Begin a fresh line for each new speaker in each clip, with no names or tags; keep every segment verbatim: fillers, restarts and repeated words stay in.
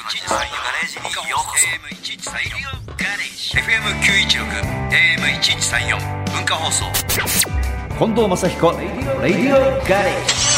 ちじさんよんガレージにようこそ。 エーエムいちいちさんよん ガレージ エフエムきゅういちろく エーエムいちいちさんよん 文化放送。
近藤正彦レディオガレージ。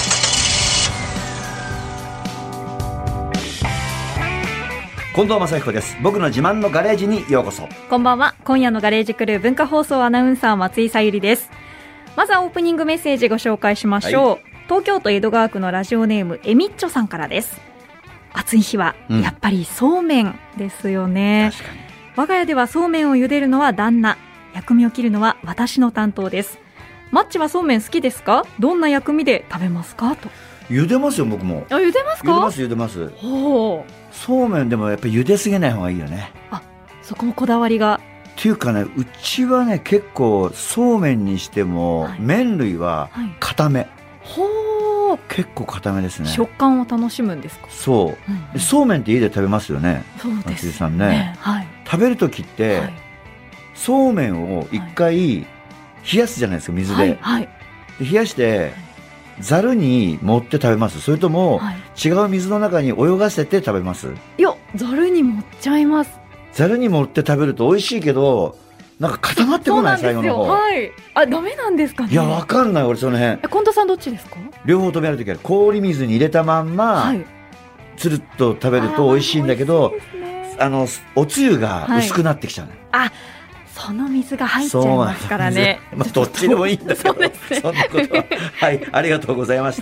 近藤正彦です。僕の自慢のガレージにようこそ。
こんばんは。今夜のガレージクルー文化放送アナウンサー松井さゆりです。まずはオープニングメッセージご紹介しましょう、はい、東京都江戸川区のラジオネームえみっちょさんからです。暑い日はやっぱりそうめんですよね、うん、確かに。我が家ではそうめんを茹でるのは旦那、薬味を切るのは私の担当です。マッチはそうめん好きですか？どんな薬味で食べますか？と。
茹でますよ僕も。
あ、茹でますか？
茹でます茹でます。ほう。そうめんでもやっぱり茹ですぎない方がいいよね。
あ、そこもこだわりが。
っていうかね、うちはね結構そうめんにしても、はい、麺類は固め、はい、ほう、結構固めですね。
食感を楽しむんですか？そう、うんうん、
そうめんって家で食べますよね。
そうですね、
松井さんね、はい、食べるときって、はい、そうめんを一回冷やすじゃないですか、水で、はいはい、で冷やしてざるに盛って食べます？それとも、はい、違う水の中に泳がせて食べます？
いや、ざるに盛っちゃいます。
ざるに盛って食べると美味しいけどなんか固まってこない。最後の方、
はい、あ、ダメなんですかね。
いや、わかんない俺その辺。
近藤さんどっちですか？
両方ともやるときは氷水に入れたまんま、はい、つるっと食べると美味しいんだけど、 あ, ね、あのおつゆが薄くなってきちゃう、ね、はい、あ、
その水が入っちゃいますからね。
まあ、どっちでもいいんだけど そ,、ね、そんなことははい、ありがとうございました。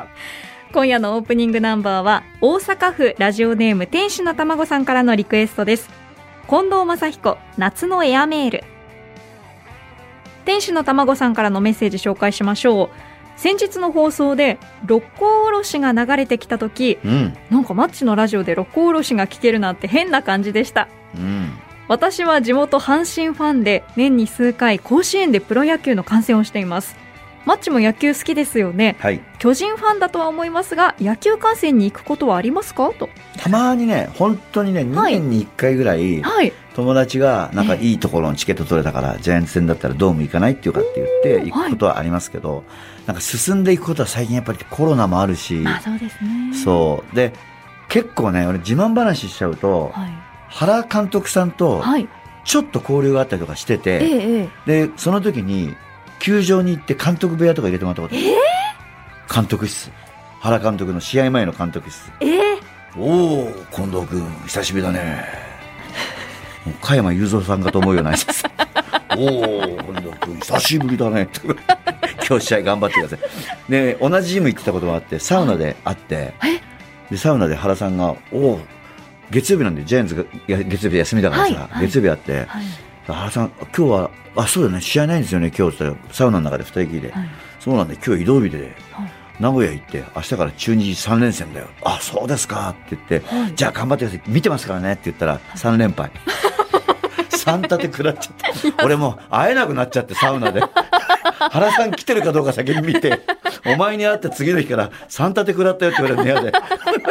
今夜のオープニングナンバーは大阪府ラジオネーム天使の卵さんからのリクエストです。近藤正彦、夏のエアメール。天使の卵さんからのメッセージ紹介しましょう。先日の放送で六甲おろしが流れてきた時、うん、なんかマッチのラジオで六甲おろしが聞けるなんて変な感じでした、うん、私は地元阪神ファンで年に数回甲子園でプロ野球の観戦をしています。マッチも野球好きですよね、はい、巨人ファンだとは思いますが野球観戦に行くことはありますか？と。
たまにね、本当にね、にねんにいっかいぐらい、はい、友達がなんかいいところのチケット取れたから、えー、ジャイアンツ戦だったらドーム行かないっていうかって言って行くことはありますけど、はい、なんか進んでいくことは最近やっぱりコロナもあるし、
まあ、そうですね。
そうで結構ね、俺自慢話しちゃうと、はい、原監督さんとちょっと交流があったりとかしてて、はい、でその時に球場に行って監督部屋とか入れてもらったことある、えー、監督室、原監督の試合前の監督室、えー、おお近藤君久しぶりだねもう加山雄三さんかと思うような挨拶おお近藤君久しぶりだね今日試合頑張ってください。で同じジム行ってたこともあってサウナで会って、はい、でサウナで原さんがおお月曜日なんでジャイアンツが月曜日休みだからさ、はいはい、月曜日あって、はい、原さん今日はあそうだね試合ないんですよね今日ってサウナの中でふたりきりで、はい、そうなんで今日移動日で、はい、名古屋行って明日から中日さん連戦だよ。あそうですかって言って、はい、じゃあ頑張ってください見てますからねって言ったらさん連敗さん立て食らっちゃって俺もう会えなくなっちゃってサウナで原さん来てるかどうか先に見てお前に会って次の日からさん立て食らったよって言われる部屋で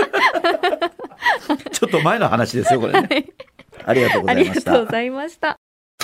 ちょっと前の話ですよこれね、はい、ありがとうございました。
ありがとうございました。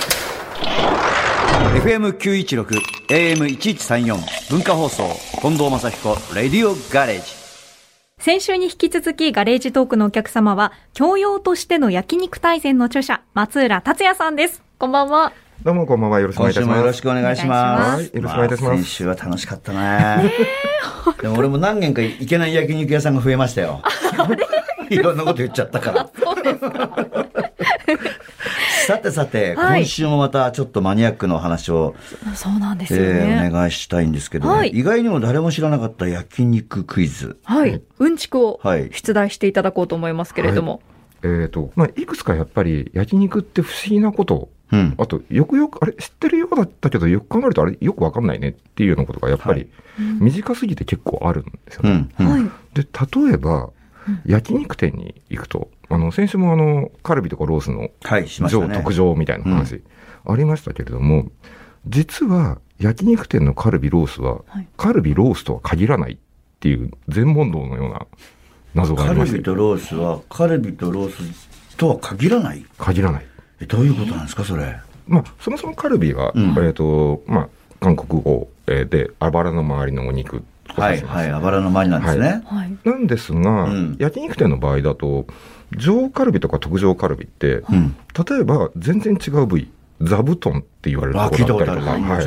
エフエムきゅういちろく エーエムいちいちさんよん 文化放送近藤正彦レディオガレージ。
先週に引き続きガレージトークのお客様は教養としての焼肉大全の著者松浦達也さんです。こんばんは。
どうもこんばんは。よろしくお願いいたします。
よろしくお願いします。
よろしくお願いいたします。
先週は楽しかったね。でも俺も何軒か行けない焼肉屋さんが増えましたよ。いろんなこと言っちゃったから。そうですか。さてさて、はい、今週もまたちょっとマニアックな話を
そうなんですよね、
えー、お願いしたいんですけど、ねはい、意外にも誰も知らなかった焼肉クイズ、
はい、うんちくを出題していただこうと思いますけれども、はい
えーとまあ、いくつかやっぱり焼肉って不思議なこと、うん、あとよくよくあれ知ってるようだったけどよく考えるとあれよくわかんないねっていうようなことがやっぱり短すぎて結構あるんですよね、うんうん、で例えば焼肉店に行くとあの先週もあのカルビとかロースの上、はいね、特上みたいな話ありましたけれども、うん、実は焼肉店のカルビロースは、はい、カルビロースとは限らないっていう全問答のような謎がありまして、
カルビとロースはカルビとロースとは限らない
限らない
えどういうことなんですかそれ。
まあ、そもそもカルビは、うんえーとまあ、韓国語であばらの周りのお肉とさせます。
はいはい、あばらの周りなんですね。
はい、なんですが、うん、焼肉店の場合だと上カルビとか特上カルビって、うん、例えば全然違う部位、座布団って言われるところだったりとか、はい、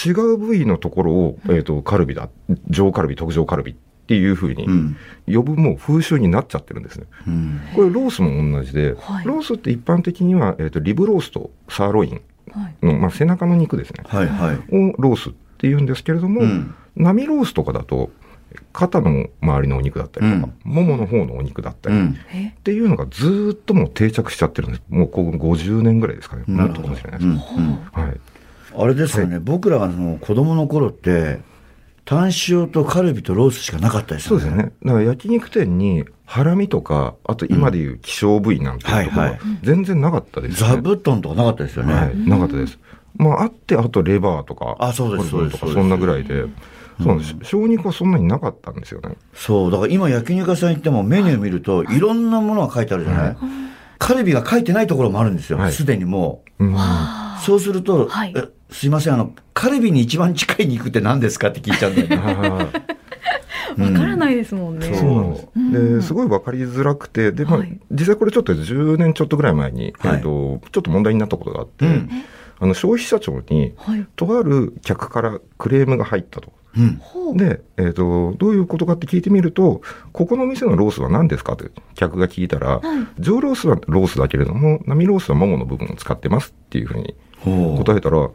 違う部位のところを、えーと、カルビだ、上カルビ、特上カルビっていうふうに呼ぶもう風習になっちゃってるんですね。うん、これロースも同じで、はい、ロースって一般的には、えーと、リブロースとサーロインの、まあ、背中の肉ですね、はいはい、をロースっていうんですけれども、うん、並ロースとかだと肩の周りのお肉だったりとか、うん、ももの方のお肉だったり、うん、っていうのがずっともう定着しちゃってるんです。もうここごじゅうねんぐらいですかね。もっとかもしれないです、うんうんはい、
あれですよね、はい、僕らがその子供の頃ってタン塩とカルビとロースしかなかったですよね。
そうですね。だから焼肉店にハラミとか、あと今でいう希少部位なんていうところは全然なかったですね。
座布団とかなかったですよね。
はい、なかったです。まああってあとレバーとか、
あ、そうです、そうです。
とかそんなぐらいで。そうなんです。小肉はそんなになかったんですよね。
そう、だから今焼肉屋さん行ってもメニュー見るといろんなものが書いてあるじゃない、はい、カルビが書いてないところもあるんですよ。すで、はい、にもう。うん、そうすると、はい、えすいません、あの、カルビに一番近い肉って何ですかって聞いちゃうんだよね。
わからないですもんね。
そうなんです。うん、で、すごいわかりづらくて、で、まあ、はい、実際これちょっとじゅうねんちょっとぐらい前に、はい、えっと、ちょっと問題になったことがあって、うん、あの、消費者庁に、はい、とある客からクレームが入ったと。うん、で、えーと、どういうことかって聞いてみると、ここの店のロースは何ですかって客が聞いたら、はい、上ロースはロースだけれども、並ロースはももの部分を使ってますっていうふうに答えたら、はい、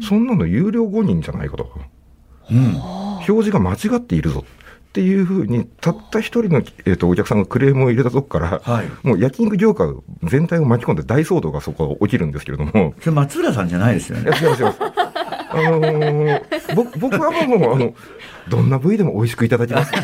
そんなの有料誤認じゃないかと、うん、表示が間違っているぞっていうふうに、たった一人の、えーと、お客さんがクレームを入れたとこから、はい、もう焼肉業界全体を巻き込んで大騒動がそこは起きるんですけれども。
それ松浦さんじゃないですよね。
いや、違います、違います。あのー、僕, 僕はもうあのどんな部位でも美味しくいただきます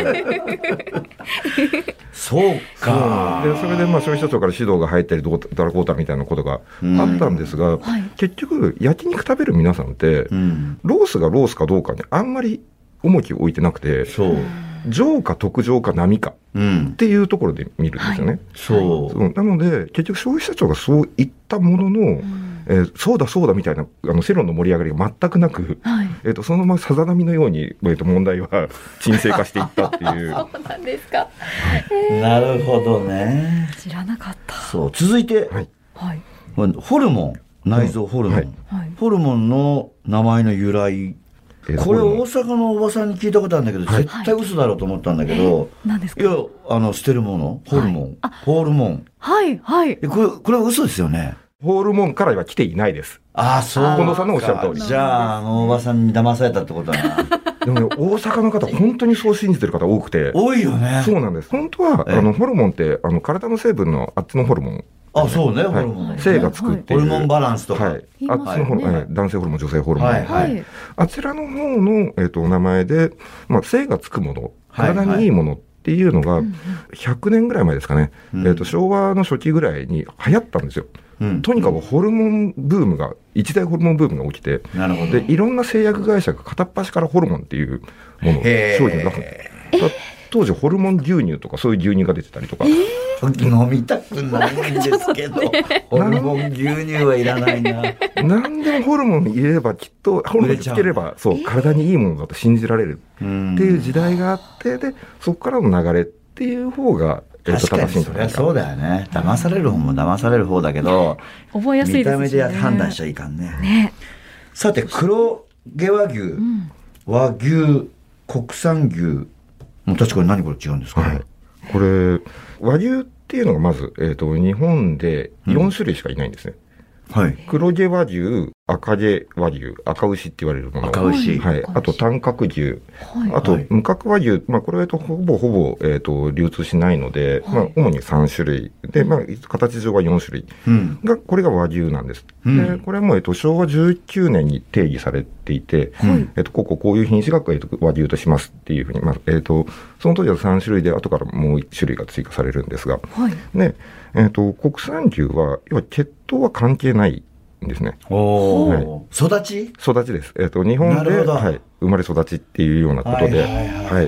そうか。
でそれでまあ消費者庁から指導が入ったりどうだらこうだみたいなことがあったんですが、はい、結局焼肉食べる皆さんって、うん、ロースがロースかどうかにあんまり重きを置いてなくて、そう上か特上か並かっていうところで見るんですよね。はい、そうそうなので結局消費者庁がそういったものの、うんえー、そうだそうだみたいなあの世論の盛り上がりが全くなく、はいえー、とそのままさざ波のように、えー、と問題は沈静化していったっていう
そうなんですか、
えー、なるほどね。
知らなかった。
そう続いて、はいはい、ホルモン内臓ホルモン、うんはい、ホルモンの名前の由来、えー、これ大阪のおばさんに聞いたことあるんだけど、はい、絶対嘘だろうと思ったんだけど、
何ですか。
いやあの捨てるものホルモン、はい、ホルモン
はいはい
これこれは嘘ですよね。
ホルモンからは来ていないです。
ああ、そう。
近藤さんのおっしゃる通り。
じゃあ、あのおばさんに騙されたってことだな。
でもね、大阪の方、本当にそう信じてる方多くて。
多いよね。
そうなんです。本当は、あの、ホルモンって、あの、体の成分のあっちのホルモン。
あ、そうね、
ホ
ルモン。
性がつくっていう。
ホルモンバランスとか。
はい。あっちのホルモン、男性ホルモン、女性ホルモン。はいはい。あちらの方の、えっと、名前で、まあ、性がつくもの、体にいいものっていうのが、ひゃくねんぐらい前ですかね。えっと、昭和の初期ぐらいに流行ったんですよ。うん、とにかくホルモンブームが一大ホルモンブームが起きて、なるほど。でいろんな製薬会社が片っ端からホルモンっていうものを商品を出す。当時ホルモン牛乳とかそういう牛乳が出てたりとか、
えー、飲みたくないんですけどホルモン牛乳はいらないな。
何でもホルモン入れればきっとホルモンつければそう体にいいものだと信じられるっていう時代があって、でそこからの流れっていう方が
確かにそれはそうだよね。騙される方も騙される方だけど、
覚えやすいですね。
見た目で判断しちゃいかんね。ね。さて黒毛和牛、うん、和牛、国産牛、もう確かに何これ違うんですかね。はい、
これ和牛っていうのがまず、えーと、日本でよん種類しかいないんですね。うん、はい。黒毛和牛、赤毛和牛、赤牛って言われるもの。
赤牛。
はい。あと、短角牛。はい、あと、無角和牛。まあ、これはほぼほぼ、えっと、流通しないので、はい、まあ、主にさん種類。で、まあ、形上はよん種類。うん、が、これが和牛なんです。うん、で、これはもう、えっと、しょうわじゅうきゅうねんに定義されていて、うん、えっと、ここ、こういう品種が、えっと、和牛としますっていうふうに、まあ、えっと、その当時はさん種類で、後からもういち種類が追加されるんですが、はい、で、えっと、国産牛は、要は血統は関係ないですね。
おはい、育ち
育ちです。えっと、日本で、はい、生まれ育ちっていうようなことで、はい。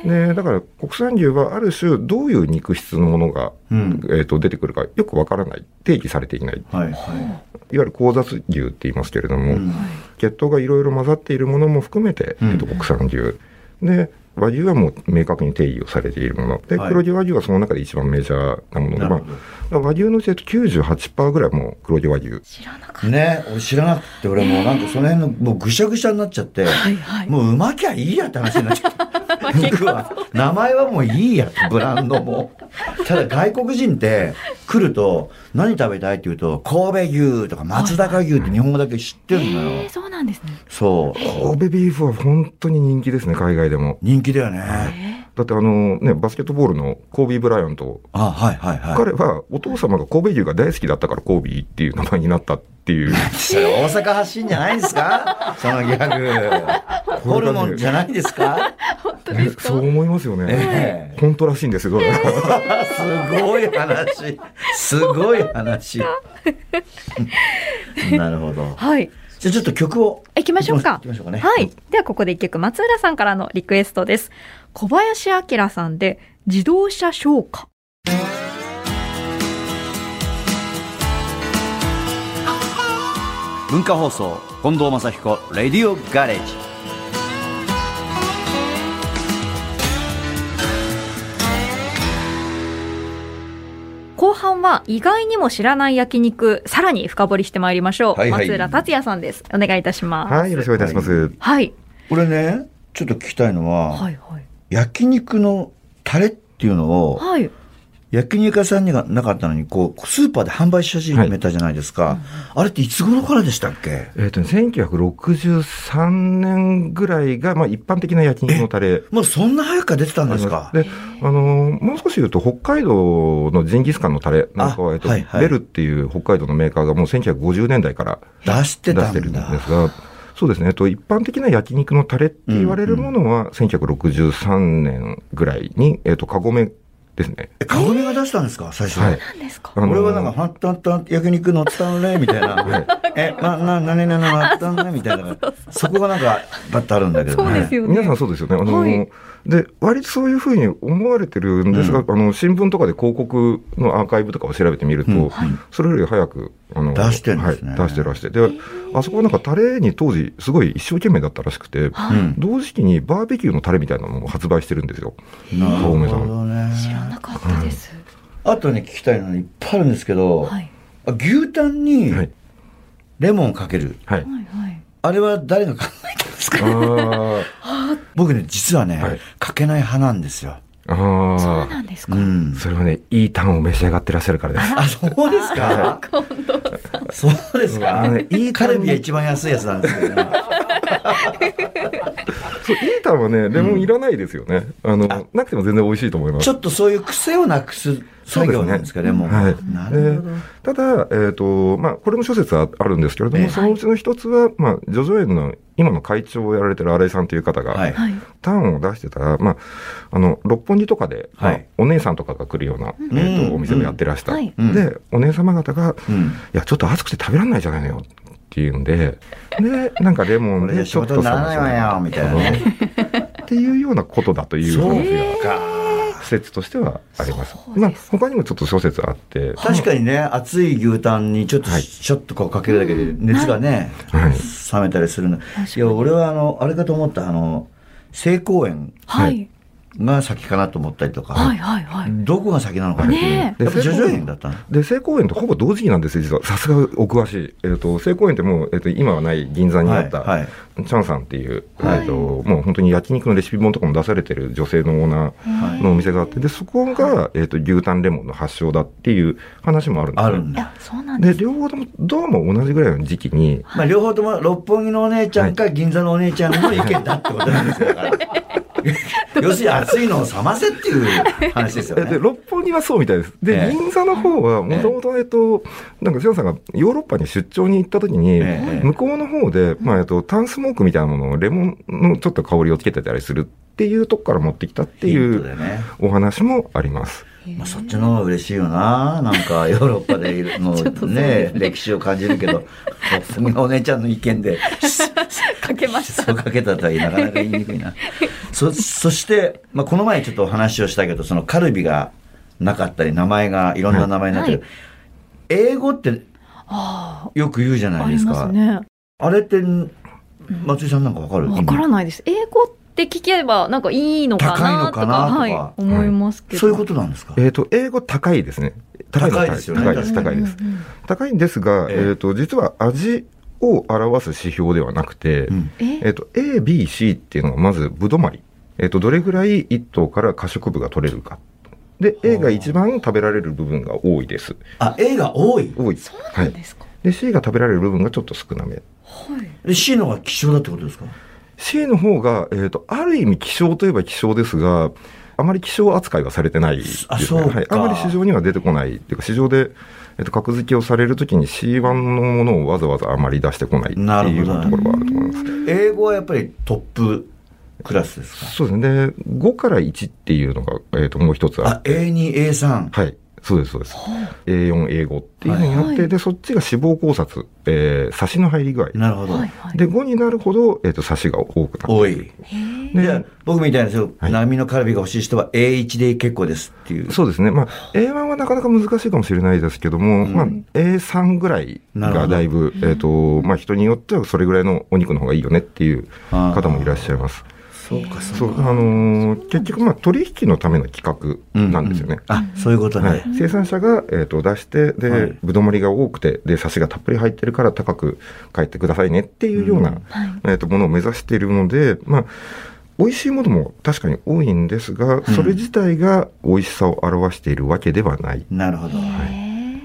で、だから国産牛はある種どういう肉質のものが、うん、えっと、出てくるかよくわからない。定義されていない。はいはい、いわゆる交雑牛って言いますけれども、うん、血統がいろいろ混ざっているものも含めて、うん、えっと、国産牛。 で和牛はもう明確に定義をされているもので、はい、黒毛和牛はその中で一番メジャーなもので、まあ、和牛のうち きゅうじゅうはちパーセント ぐらいもう黒毛和牛。
知らなかった
ね。俺知らなくて、俺もうなんかその辺のもうぐしゃぐしゃになっちゃって、はいはい、もううまきゃいいやって話になっちゃった僕は名前はもういいやブランドも。ただ外国人って来ると何食べたいって言うと神戸牛とか松阪牛って日本語だけ知ってるのよ。
えー、そうなんですね。
そう
神戸ビーフは本当に人気ですね、海外でも。
人気だよね。
だってあのね、バスケットボールのコービー・ブライアント、
あ、はいはいはい、
彼はお父様が神戸牛が大好きだったからコービーっていう名前になったっていう
それ大阪発信じゃないんですかそのギャグホルモンじゃないんですか
本当ですか、
ね、そう思いますよね、えー、本当らしいんですよ、え
ー、すごい話すごい話なるほど。
はい、
じゃあちょっと曲を
いきましょうか。
行きましょうかね。
はい。ではここで一曲、松浦さんからのリクエストです。小林明さんで自動車消火。
文化放送近藤正彦レディオガレージ。
後半は意外にも知らない焼肉、さらに深掘りしてまいりましょう。はいはい、松浦達也さんです。お願いいたします。
はい、よろしくお願いいたします。
はい。
これね、ちょっと聞きたいのは、はいはい、焼肉のタレっていうのを、はい、焼肉屋さんにがなかったのにこうスーパーで販売し始めたじゃないですか、はい、あれっていつ頃からでしたっけ？
えーとね、せんきゅうひゃくろくじゅうさんねんぐらいが、まあ、一般的な焼肉のタレ。
もうそんな早くから出てたんですか？
で、あのー、もう少し言うと北海道のジンギスカンのタレなんかは、えっとはいはい、ベルっていう北海道のメーカーがもうせんきゅうひゃくごじゅうねんだいから
出してたんだ。
出してるんですが、そうですね、えっと、一般的な焼肉のタレって言われるものは、うんうん、せんきゅうひゃくろくじゅうさんねんぐらいに、えっと、カゴメですね。
え、カゴメが出したんですか最初。はい。
何ですか？
俺はなんか、ファンタンタン焼肉乗ったんねみたいな。はい、え、な、な、なになになったんねみたいな。そこがなんか、バッとあるんだけどね。
そうですよね。
皆さんそうですよね。あの、はい、で、割とそういうふうに思われてるんですが、うん、あの、新聞とかで広告のアーカイブとかを調べてみると、うんはい、それより早く、あの、
出してるんですね。
はい、出してらして。で、あそこはなんかタレに当時、すごい一生懸命だったらしくて、はい、同時期にバーベキューのタレみたいなのを発売してるんですよ。
なるほどね。
知らなかったです。
うん、あとね、聞きたいのいっぱいあるんですけど、はい、牛タンにレモンかける。はい。あれは誰が考えたんですか？あ僕ね、実はね、はい、かけない派なんですよ。
ああ。
そうなんですか。
うん。それはね、いいタンを召し上がってらっしゃるからです。
あ、そうですか？近藤さん。そうですか？ね、いいカルビが一番安いやつなんですけどね。
そう、いいタンはね、レモンいらないですよね。うん、あの、あなくても全然美味しいと思います。
ちょっとそういう癖をなくす作業なんですかね、もう。
はい。なるほど。ただ、えっと、まあ、これも諸説あるんですけれども、そのうちの一つは、まあ、叙々苑の今の会長をやられてる新井さんという方が、はい、タンを出してたら、まあ、あの、六本木とかで、はいまあ、お姉さんとかが来るような、うん、えっと、お店をやってらした。うん、で、お姉様方が、うん、いや、ちょっと暑くて食べられないじゃないのよ。っていうんで、で、なんかレモンでちょっと
ならないわよみたいなね。
っていうようなことだという話が説としてはあります。まあ他にもちょっと諸説あって、
確かにね、熱い牛タンにちょっと、はい、ちょっとこうかけるだけで熱がね、はい、冷めたりするの。いや俺はあのあれかと思ったあの清香園。はい。が先かなと思ったりとか、はいはいはい、どこが先なのかね、やっぱ叙々苑だったの
で、清香園とほぼ同時期なんですよ、実は。さすがお詳しい。えっ、ー、と、清香園ってもう、えっ、ー、と、今はない銀座にあった、はいはい、チャンさんっていう、はい、えっ、ー、と、もう本当に焼肉のレシピ本とかも出されてる女性のオーナーのお店があって、で、そこが、えっ、ー、と、牛タンレモンの発祥だっていう話もあるんですよ。
あるんだ。
そうなんです。
で、両方とも、どうも同じぐらいの時期に。
まあ、両方とも六本木のお姉ちゃんか、はい、銀座のお姉ちゃんの意見だってことなんですよ。だから要するに暑いのを冷ませっていう話ですよね。
で六本木はそうみたいです。で、えー、銀座の方はもともとえっとなんかジョンさんがヨーロッパに出張に行った時に、えー、向こうの方で、まあ、えっとタンスモークみたいなものをレモンのちょっと香りをつけてたりするっていうとこから持ってきたっていうお話もあります。
まあ、そっちの方が嬉しいよな。なんかヨーロッパでいるのね歴史を感じるけど、お姉ちゃんの意見で
かけました。
そうかけたとはなかなか言いにくいな。そ, そして、まあ、この前ちょっとお話をしたけど、そのカルビがなかったり名前がいろんな名前になってる、はい、英語ってよく言うじゃないですか。 あ, あ, ね、あれって松井さんなんかわかる？
わからないです。英語っって聞けばなんかいいのかなとか、
高いのかなとか、
はい、思いますけど、
そういうことなんですか。
えっと、英語高いですね。
高いですよね。
高いです、高いです。高いんですが、えっ、ー、と、実は味を表す指標ではなくて、うん、えっ、ー、と、A、B、C っていうのがまず、ぶどまり。えっ、ー、と、どれぐらい一頭から可食部が取れるか。で、A が一番食べられる部分が多いです。
あ、A が多い
多い。
そうなんですか。
はい、で、C が食べられる部分がちょっと少なめ。はい。
で、C の方が希少だってことですか。
C の方が、えっ、ー、と、ある意味希少といえば希少ですが、あまり希少扱いはされてないですね。
あ、そうか。
はい。あまり市場には出てこないっていうか、市場で、えっと、格付けをされるときに シーワン のものをわざわざあまり出してこないっていうところがあると思います。
英語はやっぱりトップクラスですか。
そうですね。で、ごからいちっていうのが、えっと、もう一つあって。
あ、エーに、エーさん。
はい。そうです、そうです。エーよん、エーご っていうのになって、はい、で、そっちが脂肪考察、えー、サシの入り具合。
なるほど。
で、ごになるほど、えっと、サシが多くなる。
多い。で、じゃあ僕みたいな、はい、波のカルビが欲しい人は エーいち で結構ですっていう。
そうですね。まあ、エーワン はなかなか難しいかもしれないですけども、うん、まあ、エーさん ぐらいがだいぶ、えっと、まあ、人によってはそれぐらいのお肉の方がいいよねっていう方もいらっしゃいます。
そうか、そうか。
あのー、結局、まあ、取引のための企画なんですよね。
うんうん、あ、そういうことね。はい、
生産者が、えー、と出して、で、はい、ぶどまりが多くて、で、サシがたっぷり入ってるから高く買ってくださいねっていうような、うん、えー、とものを目指しているので、まあ、美味しいものも確かに多いんですが、それ自体が美味しさを表しているわけではない。
うん、なるほど。はい、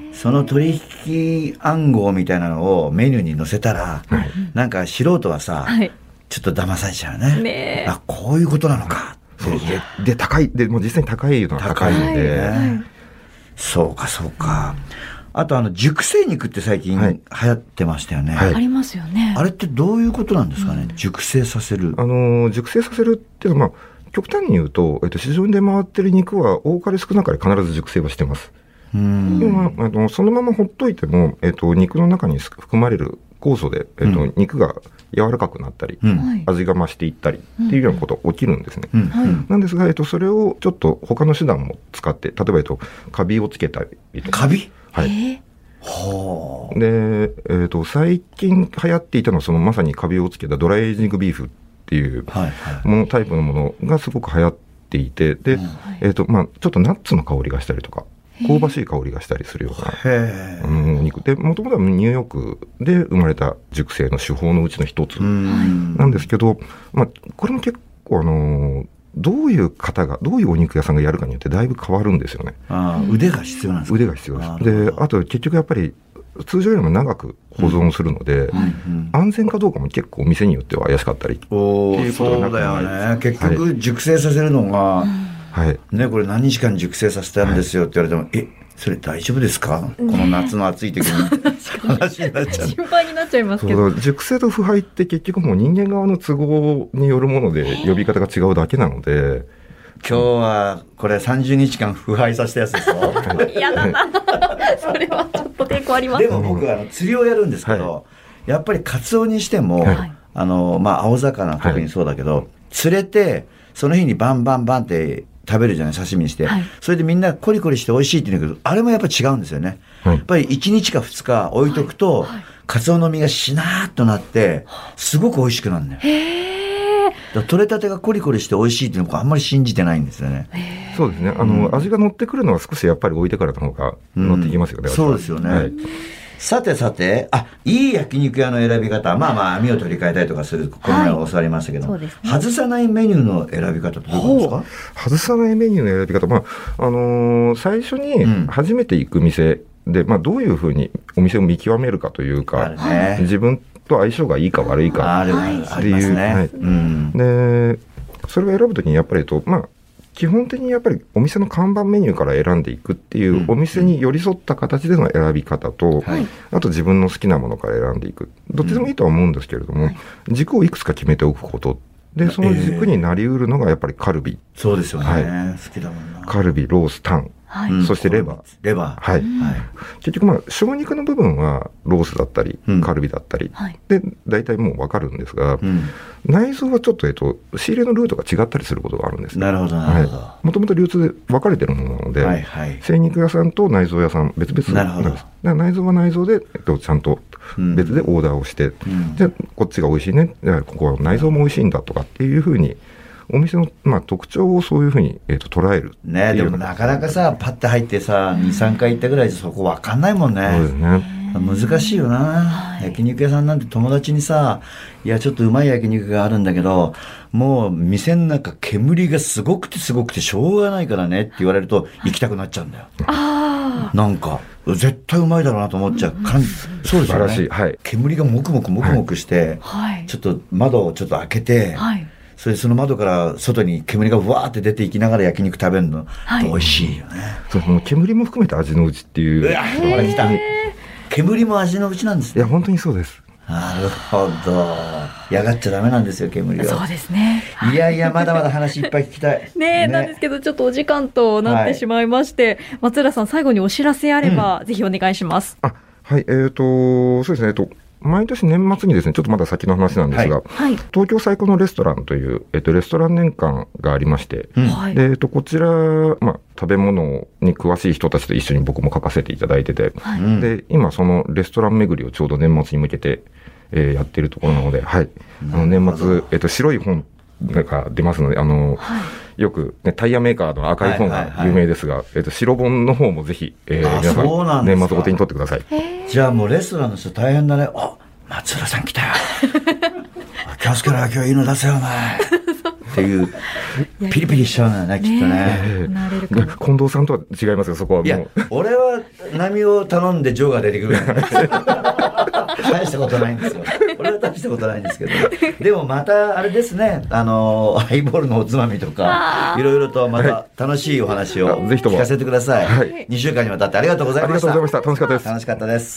その取引暗号みたいなのをメニューに載せたら、はい、なんか素人はさ、はい、ちょっと騙されちゃうね。ね、あ、こういうことなのか。
そうで、で、高い、で、もう実際に高いのは高いので。
ね、そうか、そうか。あと、あの、熟成肉って最近流行ってましたよね。
はい、ありますよね。
あれってどういうことなんですかね、うん、熟成させる。
あの、熟成させるっていうのは、まあ、極端に言うと、えっと、市場に出回ってる肉は多かれ少なかれ必ず熟成はしてます。うん。でも、あの、そのままほっといても、えっと、肉の中に含まれる酵素で、えっと、うん、肉が柔らかくなったり、うん、味が増していったりっていうようなことが起きるんですね。うんうん、なんですが、えっと、それをちょっと他の手段も使って、例えば、えっと、カビをつけたりとか。
カビ？
はい。えーはあ、で、えっと、最近流行っていたのは、そのまさにカビをつけたドライエイジングビーフっていうもの、タイプのものがすごく流行っていて、で、えっと、まあ、ちょっとナッツの香りがしたりとか、香ばしい香りがしたりするような、あの、お肉で、もともとはニューヨークで生まれた熟成の手法のうちの一つなんですけど、まあ、これも結構あの、どういう方が、どういうお肉屋さんがやるかによってだいぶ変わるんですよね。
ああ、腕が必要なんですか？
腕が必要です。で、あと結局やっぱり、通常よりも長く保存するので、うんうん、安全かどうかも結構お店によっては怪しかったり。
おー、そうだよね。結局熟成させるのが、はい、ね、これ何日間熟成させたんですよって言われても、はい、え、それ大丈夫ですか、ね、この夏の暑い時に話になっちゃう。
心配になっちゃいますけど。
熟成と腐敗って結局もう人間側の都合によるもので呼び方が違うだけなので、
今日はこれさんじゅうにちかん腐敗させたやつですよ。
嫌だな。それはちょっと抵抗あります。
でも僕はあの釣りをやるんですけど、はい、やっぱりカツオにしても、はい、あの、まあ、青魚特にそうだけど、はい、釣れて、その日にバンバンバンって食べるじゃない、刺身にして、はい、それでみんなコリコリして美味しいって言うんだけど、あれもやっぱ違うんですよね、はい、やっぱりいちにちかふつか置いとくと、はいはい、カツオの身がしなーっとなってすごく美味しくなるんだよ。へー、だ取れたてがコリコリして美味しいっていうのはあんまり信じてないんですよね。
そうですね、あの、うん、味が乗ってくるのは少しやっぱり置いてからの方が乗ってきますよね、
うん、そうですよね、はい。さてさて、あ、いい焼肉屋の選び方、まあまあ網を取り替えたりとかする、この前は教わりましたけど、はい、ね、外さないメニューの選び方ってどういうことですか？
外さないメニューの選び方、まあ、あのー、最初に初めて行く店で、うん、まあどういうふうにお店を見極めるかというか、ね、自分と相性がいいか悪いかっていう、
ありますね、はい、うん、
で、それを選ぶときにやっぱりと、まあ、基本的にやっぱりお店の看板メニューから選んでいくっていう、お店に寄り添った形での選び方と、はい、あと自分の好きなものから選んでいく。どっちでもいいとは思うんですけれども、うん、軸をいくつか決めておくこと。で、その軸になりうるのがやっぱりカルビ。
えー、そうですよね、はい。好きだもんな。
カルビ、ロース、タン。はい、そしてレバー。
レバ
ー。はい。はい、結局まあ、小肉の部分はロースだったり、うん、カルビだったり、はい、で、大体もうわかるんですが、うん、内臓はちょっと、えっと、仕入れのルートが違ったりすることがあるんです、ね。
なるほど、なるほど。
もともと流通で分かれてるものなので、はいはい、精肉屋さんと内臓屋さん別々なんです。なるほど。だから内臓は内臓で、えっと、ちゃんと別でオーダーをして、うん、でこっちが美味しいね、ここは内臓も美味しいんだとかっていうふうにお店の、まあ、特徴をそういうふうに、えー、と捉える
ね。でもなかなかさパッて入ってさ に,さん 回行ったぐらいでそこ分かんないもんね。
そうですね。
難しいよな、はい、焼肉屋さんなんて友達にさ、いやちょっとうまい焼肉があるんだけどもう店の中煙がすごくてすごくてしょうがないからねって言われると行きたくなっちゃうんだよ。あなんか絶対うまいだろうなと思っちゃう、うん、そうですよね。素晴らしい、はい、煙がもくもくもくもくして、はい、ちょっと窓をちょっと開けて、はい、それでその窓から外に煙がわーって出ていきながら焼肉食べるの、はい、美味しいよね。
そう、もう煙も含めて味のうちっていう。うわー
来た。煙も味のうちなんですね。
いや本当にそうです。
なるほど。やがっちゃダメなんですよ煙は。
そうですね。
いやいやまだまだ話いっぱい聞きたい
ねえ、ね、なんですけどちょっとお時間となってしまいまして、はい、松浦さん最後にお知らせあれば、うん、ぜひお願いします。
あはいえーとそうですねえっと毎年年末にですね、ちょっとまだ先の話なんですが、はい、東京最高のレストランという、えっと、レストラン年間がありまして、うんでえっと、こちら、まあ、食べ物に詳しい人たちと一緒に僕も書かせていただいてて、はい、で今そのレストラン巡りをちょうど年末に向けて、えー、やっているところなので、はい、あの年末、えっと、白い本が出ますので、あの、はい、よく、ね、タイヤメーカーの赤い本が有名ですが、はいはいはい、えっと、白本の方もぜひ、えー、皆さん年末お手に取ってください。
じゃあもうレストランの人大変だね。あ松浦さん来たよ気をつけろよ今日いいの出せよお前っていうピリピリしちゃうんだよねきっとね。
なれるかな。
近藤さんとは違いますよそこはもう。いや
俺は波を頼んでジョーが出てくる大したことないんですよ。俺は大したことないんですけどでもまたあれですね、あのハイボールのおつまみとかいろいろとまた楽しいお話を聞かせてください、はい、にしゅうかんにわたってありがとうございました。
ありがとうございました。楽しかったです。
楽しかったです。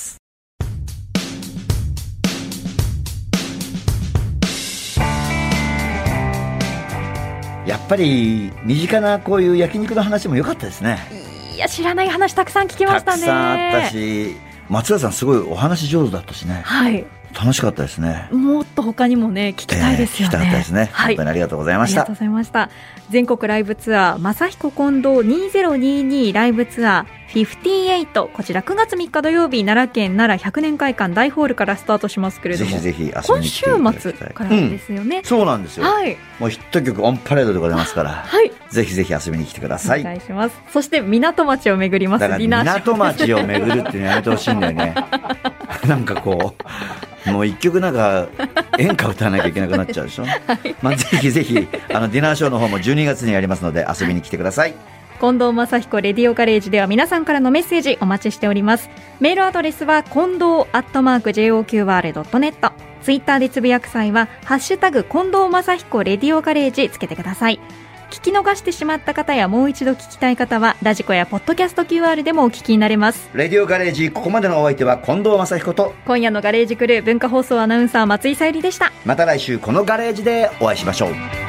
やっぱり身近なこういう焼肉の話も良かったですね。
いや知らない話たくさん聞きましたね。
たくさんあったし松浦さんすごいお話上手だったしね。はい楽しかったですね。
もっと他にもね聞きたいですよね、
えー、聞きたかったですね、はい、本当にありがとうございました。
ありがとうございました。全国ライブツアー正彦近藤にせんにじゅうにライブツアーごじゅうはち、こちらくがつみっか土曜日奈良県奈良ひゃくねん会館大ホールからスタートしますけれども、
ぜひぜひ遊びに来ていただきたい。
今週末からですよね、
うん、そうなんですよ、はい、もうヒット曲オンパレードでございますから、はい、ぜひぜひ遊びに来てください。
お願いします。そそして港町を巡ります。
だから港町を巡るってやめてほしいんだよねなんかこうもう一曲なんか演歌歌わなきゃいけなくなっちゃうでしょ、はい、まあ、ぜひぜひあのディナーショーの方もじゅうにがつにやりますので遊びに来てください。
近藤正彦レディオガレージでは皆さんからのメッセージお待ちしております。メールアドレスは近藤アットマーク ジェイオーキューアールドットネット、 ツイッターでつぶやく際はハッシュタグ近藤正彦レディオガレージつけてください。聞き逃してしまった方やもう一度聞きたい方はラジコやポッドキャスト キューアール でもお聞きになれます。
レディオガレージ、ここまでのお相手は近藤正彦と
今夜のガレージクルー文化放送アナウンサー松井さゆりでした。
また来週このガレージでお会いしましょう。